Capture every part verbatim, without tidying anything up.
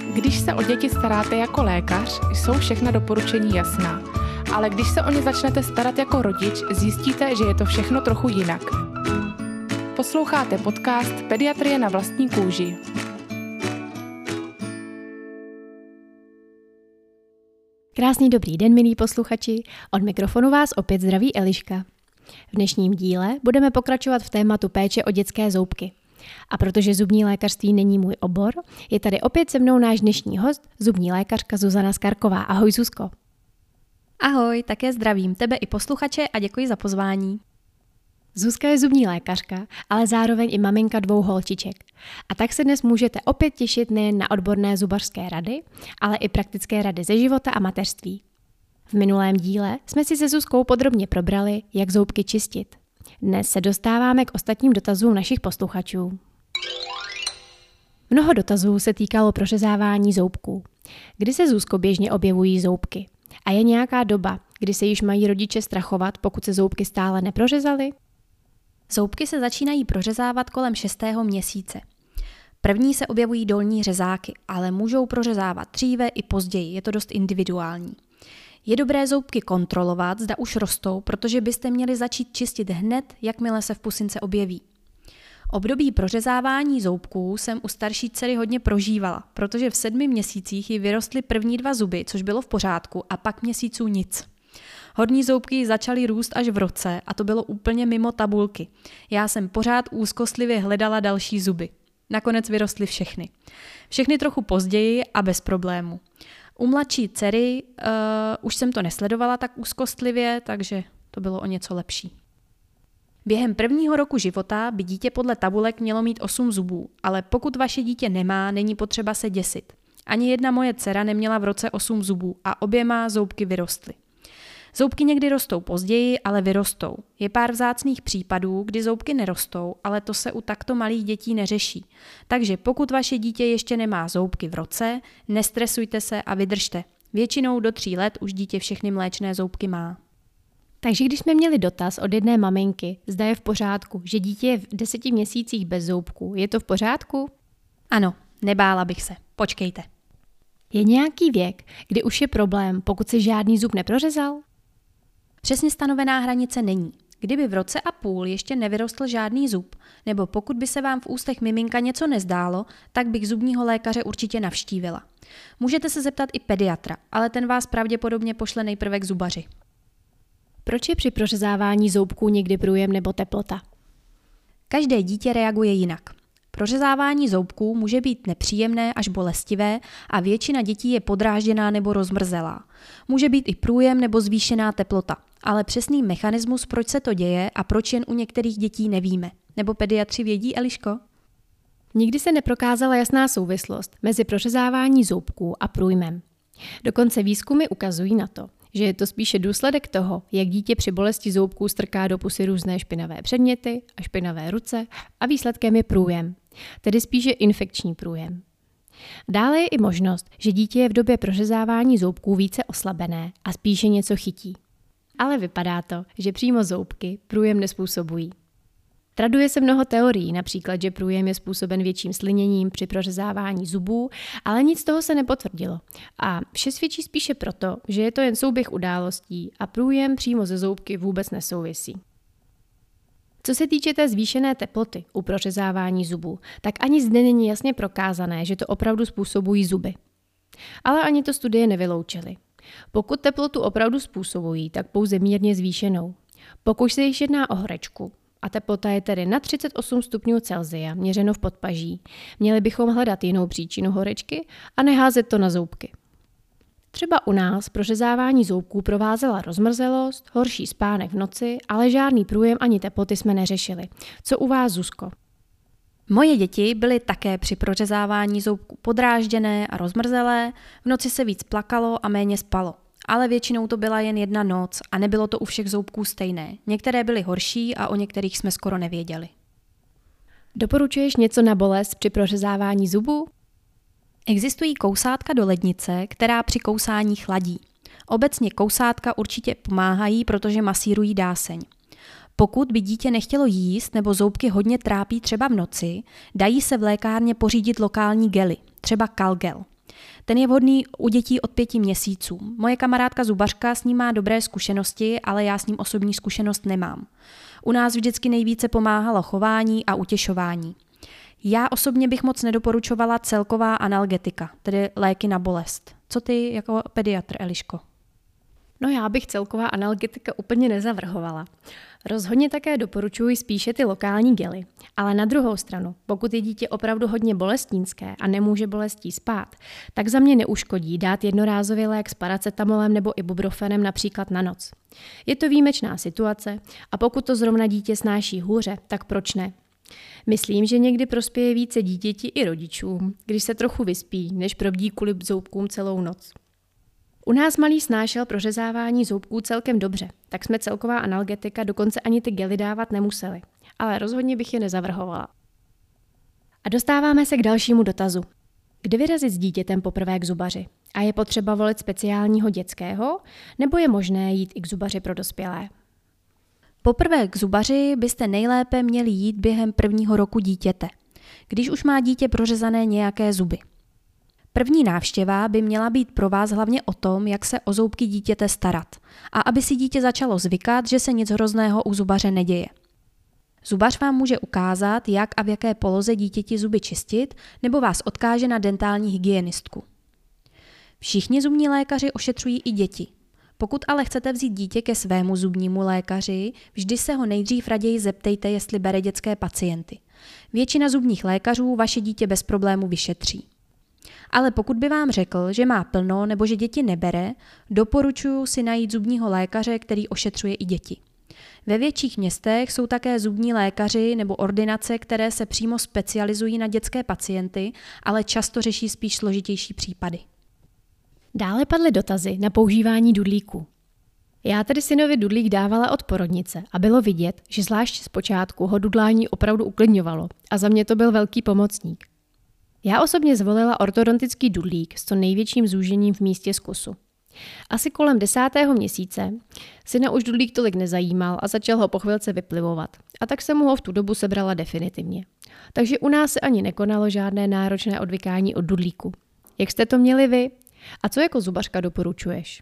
Když se o děti staráte jako lékař, jsou všechna doporučení jasná. Ale když se o ně začnete starat jako rodič, zjistíte, že je to všechno trochu jinak. Posloucháte podcast Pediatrie na vlastní kůži. Krásný dobrý den, milí posluchači. Od mikrofonu vás opět zdraví Eliška. V dnešním díle budeme pokračovat v tématu péče o dětské zoubky. A protože zubní lékařství není můj obor, je tady opět se mnou náš dnešní host, zubní lékařka Zuzana Skarková. Ahoj, Zuzko. Ahoj, také zdravím tebe i posluchače a děkuji za pozvání. Zuzka je zubní lékařka, ale zároveň i maminka dvou holčiček. A tak se dnes můžete opět těšit nejen na odborné zubařské rady, ale i praktické rady ze života a mateřství. V minulém díle jsme si se Zuzkou podrobně probrali, jak zoubky čistit. Dnes se dostáváme k ostatním dotazům našich posluchačů. Mnoho dotazů se týkalo prořezávání zoubků. Kdy se, Zuzko, běžně objevují zoubky? A je nějaká doba, kdy se již mají rodiče strachovat, pokud se zoubky stále neprořezaly? Zoubky se začínají prořezávat kolem šestého měsíce. První se objevují dolní řezáky, ale můžou prořezávat dříve i později, je to dost individuální. Je dobré zoubky kontrolovat, zda už rostou, protože byste měli začít čistit hned, jakmile se v pusince objeví. Období prořezávání zoubků jsem u starší dcery hodně prožívala, protože v sedmi měsících jí vyrostly první dva zuby, což bylo v pořádku, a pak měsíců nic. Horní zoubky začaly růst až v roce a to bylo úplně mimo tabulky. Já jsem pořád úzkostlivě hledala další zuby. Nakonec vyrostly všechny. Všechny trochu později a bez problému. U mladší dcery uh, už jsem to nesledovala tak úzkostlivě, takže to bylo o něco lepší. Během prvního roku života by dítě podle tabulek mělo mít osm zubů, ale pokud vaše dítě nemá, není potřeba se děsit. Ani jedna moje dcera neměla v roce osm zubů a oběma zoubky vyrostly. Zoubky někdy rostou později, ale vyrostou. Je pár vzácných případů, kdy zoubky nerostou, ale to se u takto malých dětí neřeší. Takže pokud vaše dítě ještě nemá zoubky v roce, nestresujte se a vydržte. Většinou do tří let už dítě všechny mléčné zoubky má. Takže když jsme měli dotaz od jedné maminky, zda je v pořádku, že dítě je v deseti měsících bez zoubků, je to v pořádku? Ano, nebála bych se. Počkejte. Je nějaký věk, kdy už je problém, pokud si žádný zub neprořezal? Přesně stanovená hranice není. Kdyby v roce a půl ještě nevyrostl žádný zub, nebo pokud by se vám v ústech miminka něco nezdálo, tak bych zubního lékaře určitě navštívila. Můžete se zeptat i pediatra, ale ten vás pravděpodobně pošle nejprve k zubaři. Proč je při prořezávání zoubků někdy průjem nebo teplota? Každé dítě reaguje jinak. Prořezávání zoubků může být nepříjemné až bolestivé a většina dětí je podrážděná nebo rozmrzelá. Může být i průjem nebo zvýšená teplota, ale přesný mechanismus, proč se to děje a proč jen u některých dětí nevíme. Nebo pediatři vědí, Eliško? Nikdy se neprokázala jasná souvislost mezi prořezávání zoubků a průjmem. Dokonce výzkumy ukazují na to, že je to spíše důsledek toho, jak dítě při bolesti zoubků strká do pusy různé špinavé předměty a špinavé ruce a výsledkem je průjem, tedy spíše infekční průjem. Dále je i možnost, že dítě je v době prořezávání zoubků více oslabené a spíše něco chytí. Ale vypadá to, že přímo zoubky průjem nezpůsobují. Traduje se mnoho teorií, například, že průjem je způsoben větším sliněním při prořezávání zubů, ale nic z toho se nepotvrdilo. A vše svědčí spíše proto, že je to jen souběh událostí a průjem přímo ze zoubky vůbec nesouvisí. Co se týče té zvýšené teploty u prořezávání zubů, tak ani zde není jasně prokázané, že to opravdu způsobují zuby. Ale ani to studie nevyloučily. Pokud teplotu opravdu způsobují, tak pouze mírně zvýšenou. Pokud se již jedná o horečku, a teplota je tedy na třicet osm stupňů Celsia, měřeno v podpaží, měli bychom hledat jinou příčinu horečky a neházet to na zoubky. Třeba u nás prořezávání zoubků provázela rozmrzelost, horší spánek v noci, ale žádný průjem ani teploty jsme neřešili. Co u vás, Zuzko? Moje děti byly také při prořezávání zoubků podrážděné a rozmrzelé, v noci se víc plakalo a méně spalo. Ale většinou to byla jen jedna noc a nebylo to u všech zoubků stejné. Některé byly horší a o některých jsme skoro nevěděli. Doporučuješ něco na bolest při prořezávání zubů? Existují kousátka do lednice, která při kousání chladí. Obecně kousátka určitě pomáhají, protože masírují dáseň. Pokud by dítě nechtělo jíst nebo zoubky hodně trápí třeba v noci, dají se v lékárně pořídit lokální gely, třeba Calgel. Ten je vhodný u dětí od pěti měsíců. Moje kamarádka zubařka s ním má dobré zkušenosti, ale já s ním osobní zkušenost nemám. U nás vždycky nejvíce pomáhalo chování a utěšování. Já osobně bych moc nedoporučovala celková analgetika, tedy léky na bolest. Co ty jako pediatr, Eliško? No já bych celková analgetika úplně nezavrhovala. Rozhodně také doporučuji spíše ty lokální gely. Ale na druhou stranu, pokud je dítě opravdu hodně bolestínské a nemůže bolestí spát, tak za mě neuškodí dát jednorázový lék s paracetamolem nebo ibuprofenem například na noc. Je to výjimečná situace a pokud to zrovna dítě snáší hůře, tak proč ne? Myslím, že někdy prospěje více dítěti i rodičům, když se trochu vyspí, než probdí kvůli zoubkům celou noc. U nás malý snášel prořezávání zoubků celkem dobře, tak jsme celková analgetika dokonce ani ty gely dávat nemuseli, ale rozhodně bych je nezavrhovala. A dostáváme se k dalšímu dotazu. Kdy vyrazit s dítětem poprvé k zubaři? A je potřeba volit speciálního dětského, nebo je možné jít i k zubaři pro dospělé? Poprvé k zubaři byste nejlépe měli jít během prvního roku dítěte, když už má dítě prořezané nějaké zuby. První návštěva by měla být pro vás hlavně o tom, jak se o zoubky dítěte starat a aby si dítě začalo zvykat, že se nic hrozného u zubaře neděje. Zubař vám může ukázat, jak a v jaké poloze dítěti zuby čistit, nebo vás odkáže na dentální hygienistku. Všichni zubní lékaři ošetřují i děti. Pokud ale chcete vzít dítě ke svému zubnímu lékaři, vždy se ho nejdřív raději zeptejte, jestli bere dětské pacienty. Většina zubních lékařů vaše dítě bez problému vyšetří. Ale pokud by vám řekl, že má plno nebo že děti nebere, doporučuji si najít zubního lékaře, který ošetřuje i děti. Ve větších městech jsou také zubní lékaři nebo ordinace, které se přímo specializují na dětské pacienty, ale často řeší spíš složitější případy. Dále padly dotazy na používání dudlíku. Já tedy synovi dudlík dávala od porodnice a bylo vidět, že zvlášť zpočátku ho dudlání opravdu uklidňovalo a za mě to byl velký pomocník. Já osobně zvolila ortodontický dudlík s co největším zúžením v místě skusu. Asi kolem desátého měsíce syna už dudlík tolik nezajímal a začal ho po chvilce vyplivovat. A tak jsem mu ho v tu dobu sebrala definitivně. Takže u nás se ani nekonalo žádné náročné odvykání od dudlíku. Jak jste to měli vy? A co jako zubařka doporučuješ?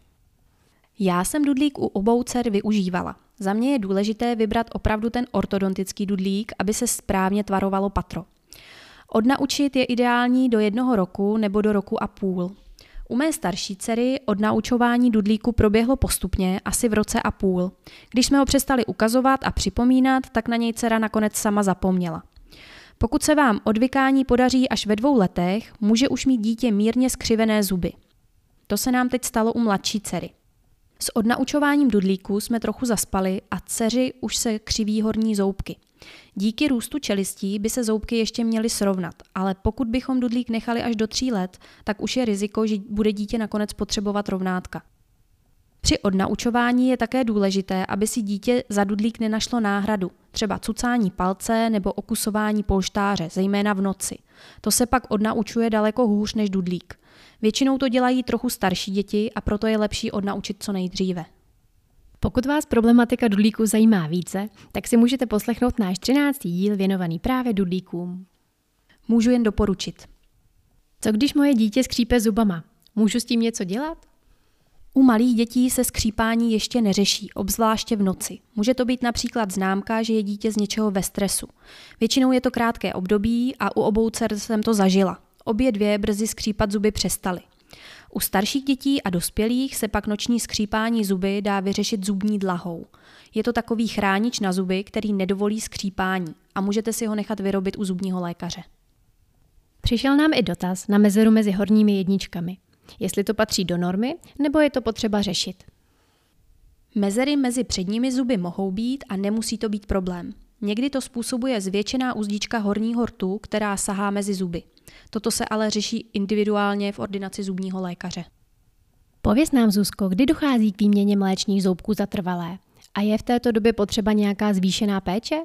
Já jsem dudlík u obou dcer využívala. Za mě je důležité vybrat opravdu ten ortodontický dudlík, aby se správně tvarovalo patro. Odnaučit je ideální do jednoho roku nebo do roku a půl. U mé starší dcery odnaučování dudlíku proběhlo postupně, asi v roce a půl. Když jsme ho přestali ukazovat a připomínat, tak na něj dcera nakonec sama zapomněla. Pokud se vám odvykání podaří až ve dvou letech, může už mít dítě mírně skřivené zuby. To se nám teď stalo u mladší dcery. S odnaučováním dudlíku jsme trochu zaspali a dceři už se křiví horní zoubky. Díky růstu čelistí by se zoubky ještě měly srovnat, ale pokud bychom dudlík nechali až do tří let, tak už je riziko, že bude dítě nakonec potřebovat rovnátka. Při odnaučování je také důležité, aby si dítě za dudlík nenašlo náhradu, třeba cucání palce nebo okusování polštáře, zejména v noci. To se pak odnaučuje daleko hůř než dudlík. Většinou to dělají trochu starší děti a proto je lepší odnaučit co nejdříve. Pokud vás problematika dudlíků zajímá více, tak si můžete poslechnout náš třináctý díl věnovaný právě dudlíkům. Můžu jen doporučit. Co když moje dítě skřípe zubama? Můžu s tím něco dělat? U malých dětí se skřípání ještě neřeší, obzvláště v noci. Může to být například známka, že je dítě z něčeho ve stresu. Většinou je to krátké období a u obou dcer jsem to zažila. Obě dvě brzy skřípat zuby přestaly. U starších dětí a dospělých se pak noční skřípání zuby dá vyřešit zubní dlahou. Je to takový chránič na zuby, který nedovolí skřípání a můžete si ho nechat vyrobit u zubního lékaře. Přišel nám i dotaz na mezeru mezi horními jedničkami. Jestli to patří do normy, nebo je to potřeba řešit? Mezery mezi předními zuby mohou být a nemusí to být problém. Někdy to způsobuje zvětšená uzdička horního rtu, která sahá mezi zuby. Toto se ale řeší individuálně v ordinaci zubního lékaře. Pověz nám, Zuzko, kdy dochází k výměně mléčných zoubků za trvalé? A je v této době potřeba nějaká zvýšená péče?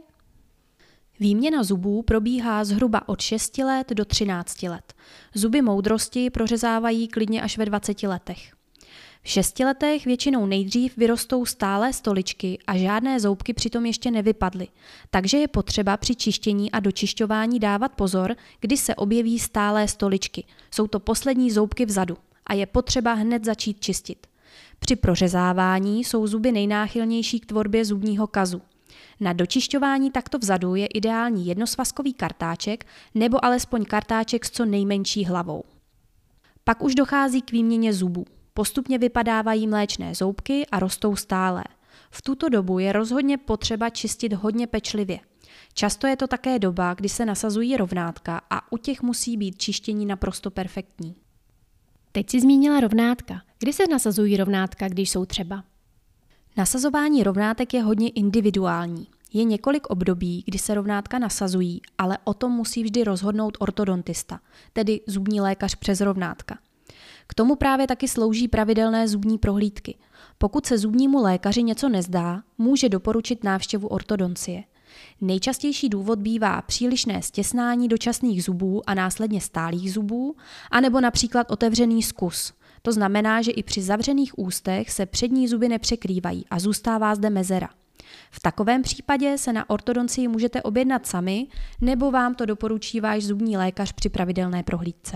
Výměna zubů probíhá zhruba od šesti let do třinácti let. Zuby moudrosti prořezávají klidně až ve dvaceti letech. V šesti letech většinou nejdřív vyrostou stálé stoličky a žádné zoubky přitom ještě nevypadly, takže je potřeba při čištění a dočišťování dávat pozor, kdy se objeví stálé stoličky. Jsou to poslední zoubky vzadu a je potřeba hned začít čistit. Při prořezávání jsou zuby nejnáchylnější k tvorbě zubního kazu. Na dočišťování takto vzadu je ideální jednosvazkový kartáček nebo alespoň kartáček s co nejmenší hlavou. Pak už dochází k výměně zubů. Postupně vypadávají mléčné zoubky a rostou stálé. V tuto dobu je rozhodně potřeba čistit hodně pečlivě. Často je to také doba, kdy se nasazují rovnátka a u těch musí být čištění naprosto perfektní. Teď si zmínila rovnátka. Kdy se nasazují rovnátka, když jsou třeba? Nasazování rovnátek je hodně individuální. Je několik období, kdy se rovnátka nasazují, ale o tom musí vždy rozhodnout ortodontista, tedy zubní lékař přes rovnátka. K tomu právě taky slouží pravidelné zubní prohlídky. Pokud se zubnímu lékaři něco nezdá, může doporučit návštěvu ortodoncie. Nejčastější důvod bývá přílišné stěsnání dočasných zubů a následně stálých zubů, anebo například otevřený skus. To znamená, že i při zavřených ústech se přední zuby nepřekrývají a zůstává zde mezera. V takovém případě se na ortodoncii můžete objednat sami, nebo vám to doporučí váš zubní lékař při pravidelné prohlídce.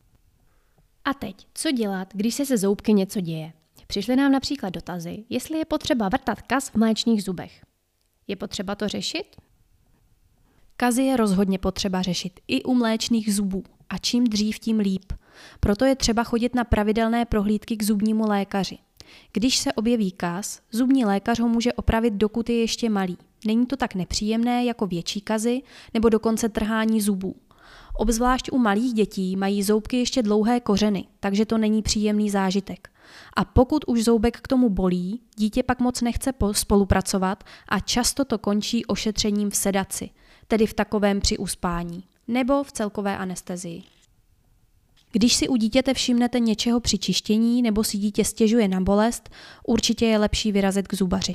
A teď, co dělat, když se se zoubky něco děje? Přišly nám například dotazy, jestli je potřeba vrtat kas v mléčných zubech. Je potřeba to řešit? Kazy je rozhodně potřeba řešit i u mléčných zubů a čím dřív, tím líp. Proto je třeba chodit na pravidelné prohlídky k zubnímu lékaři. Když se objeví kas, zubní lékař ho může opravit, dokud je ještě malý. Není to tak nepříjemné jako větší kazy nebo dokonce trhání zubů. Obzvlášť u malých dětí mají zoubky ještě dlouhé kořeny, takže to není příjemný zážitek. A pokud už zoubek k tomu bolí, dítě pak moc nechce spolupracovat a často to končí ošetřením v sedaci, tedy v takovém při uspání, nebo v celkové anestezii. Když si u dítěte všimnete něčeho při čištění nebo si dítě stěžuje na bolest, určitě je lepší vyrazit k zubaři.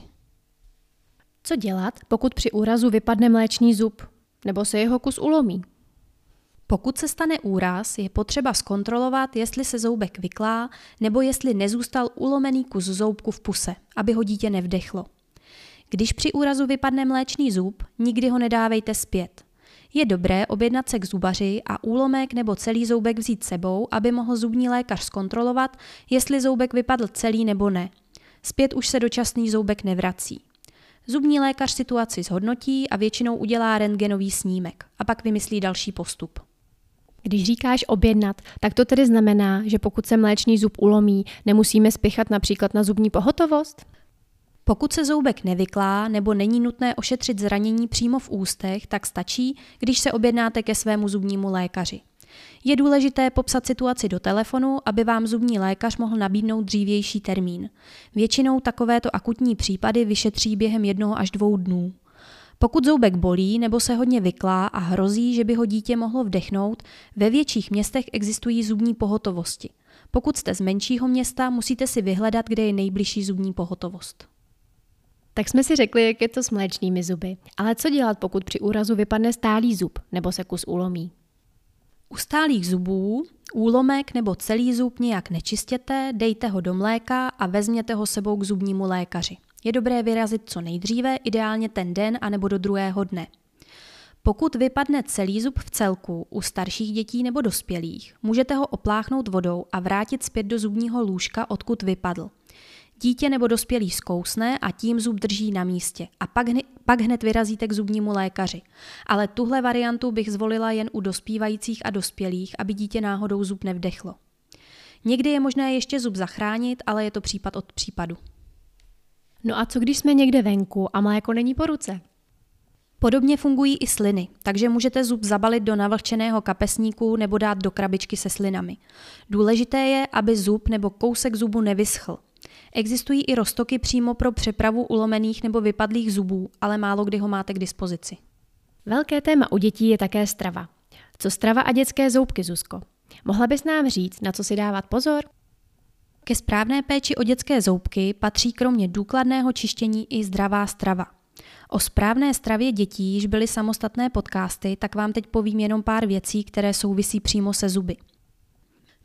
Co dělat, pokud při úrazu vypadne mléčný zub nebo se jeho kus ulomí? Pokud se stane úraz, je potřeba zkontrolovat, jestli se zoubek vyklá nebo jestli nezůstal ulomený kus zoubku v puse, aby ho dítě nevdechlo. Když při úrazu vypadne mléčný zub, nikdy ho nedávejte zpět. Je dobré objednat se k zubaři a úlomek nebo celý zoubek vzít sebou, aby mohl zubní lékař zkontrolovat, jestli zoubek vypadl celý nebo ne. Zpět už se dočasný zoubek nevrací. Zubní lékař situaci zhodnotí a většinou udělá rentgenový snímek a pak vymyslí další postup. Když říkáš objednat, tak to tedy znamená, že pokud se mléčný zub ulomí, nemusíme spěchat například na zubní pohotovost? Pokud se zoubek nevyklá nebo není nutné ošetřit zranění přímo v ústech, tak stačí, když se objednáte ke svému zubnímu lékaři. Je důležité popsat situaci do telefonu, aby vám zubní lékař mohl nabídnout dřívější termín. Většinou takovéto akutní případy vyšetří během jednoho až dvou dnů. Pokud zoubek bolí nebo se hodně vyklá a hrozí, že by ho dítě mohlo vdechnout, ve větších městech existují zubní pohotovosti. Pokud jste z menšího města, musíte si vyhledat, kde je nejbližší zubní pohotovost. Tak jsme si řekli, jak je to s mléčnými zuby. Ale co dělat, pokud při úrazu vypadne stálý zub nebo se kus ulomí? U stálých zubů úlomek nebo celý zub nějak nečistěte, dejte ho do mléka a vezměte ho sebou k zubnímu lékaři. Je dobré vyrazit co nejdříve, ideálně ten den anebo do druhého dne. Pokud vypadne celý zub v celku u starších dětí nebo dospělých, můžete ho opláchnout vodou a vrátit zpět do zubního lůžka, odkud vypadl. Dítě nebo dospělý zkousne a tím zub drží na místě a pak, hny, pak hned vyrazíte k zubnímu lékaři. Ale tuhle variantu bych zvolila jen u dospívajících a dospělých, aby dítě náhodou zub nevdechlo. Někdy je možné ještě zub zachránit, ale je to případ od případu. No a co když jsme někde venku a mléko není po ruce? Podobně fungují i sliny, takže můžete zub zabalit do navlhčeného kapesníku nebo dát do krabičky se slinami. Důležité je, aby zub nebo kousek zubu nevyschl. Existují i roztoky přímo pro přepravu ulomených nebo vypadlých zubů, ale málo kdy ho máte k dispozici. Velké téma u dětí je také strava. Co strava a dětské zoubky, Zuzko? Mohla bys nám říct, na co si dávat pozor? Ke správné péči o dětské zoubky patří kromě důkladného čištění i zdravá strava. O správné stravě dětí již byly samostatné podcasty, tak vám teď povím jenom pár věcí, které souvisí přímo se zuby.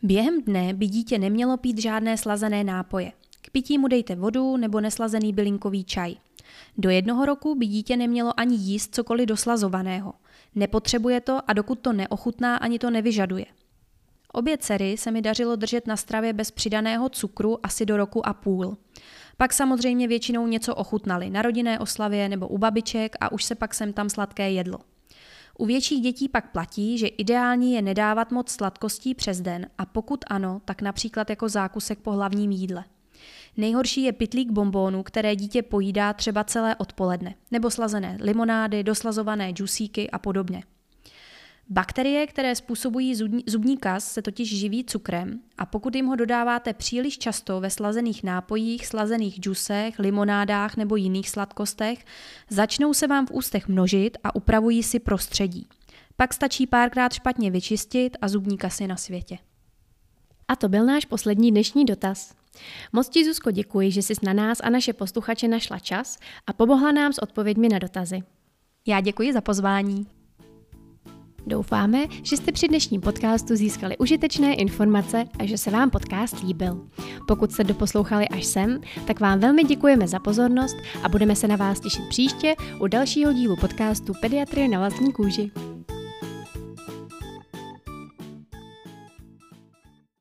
Během dne by dítě nemělo pít žádné slazené nápoje. K pití mu dejte vodu nebo neslazený bylinkový čaj. Do jednoho roku by dítě nemělo ani jíst cokoliv doslazovaného. Nepotřebuje to a dokud to neochutná, ani to nevyžaduje. Obě dcery se mi dařilo držet na stravě bez přidaného cukru asi do roku a půl. Pak samozřejmě většinou něco ochutnali na rodinné oslavě nebo u babiček a už se pak sem tam sladké jedlo. U větších dětí pak platí, že ideální je nedávat moc sladkostí přes den a pokud ano, tak například jako zákusek po hlavním jídle. Nejhorší je pytlík bonbónů, které dítě pojídá třeba celé odpoledne, nebo slazené limonády, doslazované džusíky a podobně. Bakterie, které způsobují zubní kas, se totiž živí cukrem a pokud jim ho dodáváte příliš často ve slazených nápojích, slazených džusech, limonádách nebo jiných sladkostech, začnou se vám v ústech množit a upravují si prostředí. Pak stačí párkrát špatně vyčistit a zubní kas je na světě. A to byl náš poslední dnešní dotaz. Moc ti, Zuzko, děkuji, že jsi na nás a naše posluchače našla čas a pomohla nám s odpověďmi na dotazy. Já děkuji za pozvání. Doufáme, že jste při dnešním podcastu získali užitečné informace a že se vám podcast líbil. Pokud jste doposlouchali až sem, tak vám velmi děkujeme za pozornost a budeme se na vás těšit příště u dalšího dílu podcastu Pediatrie na vlastní kůži.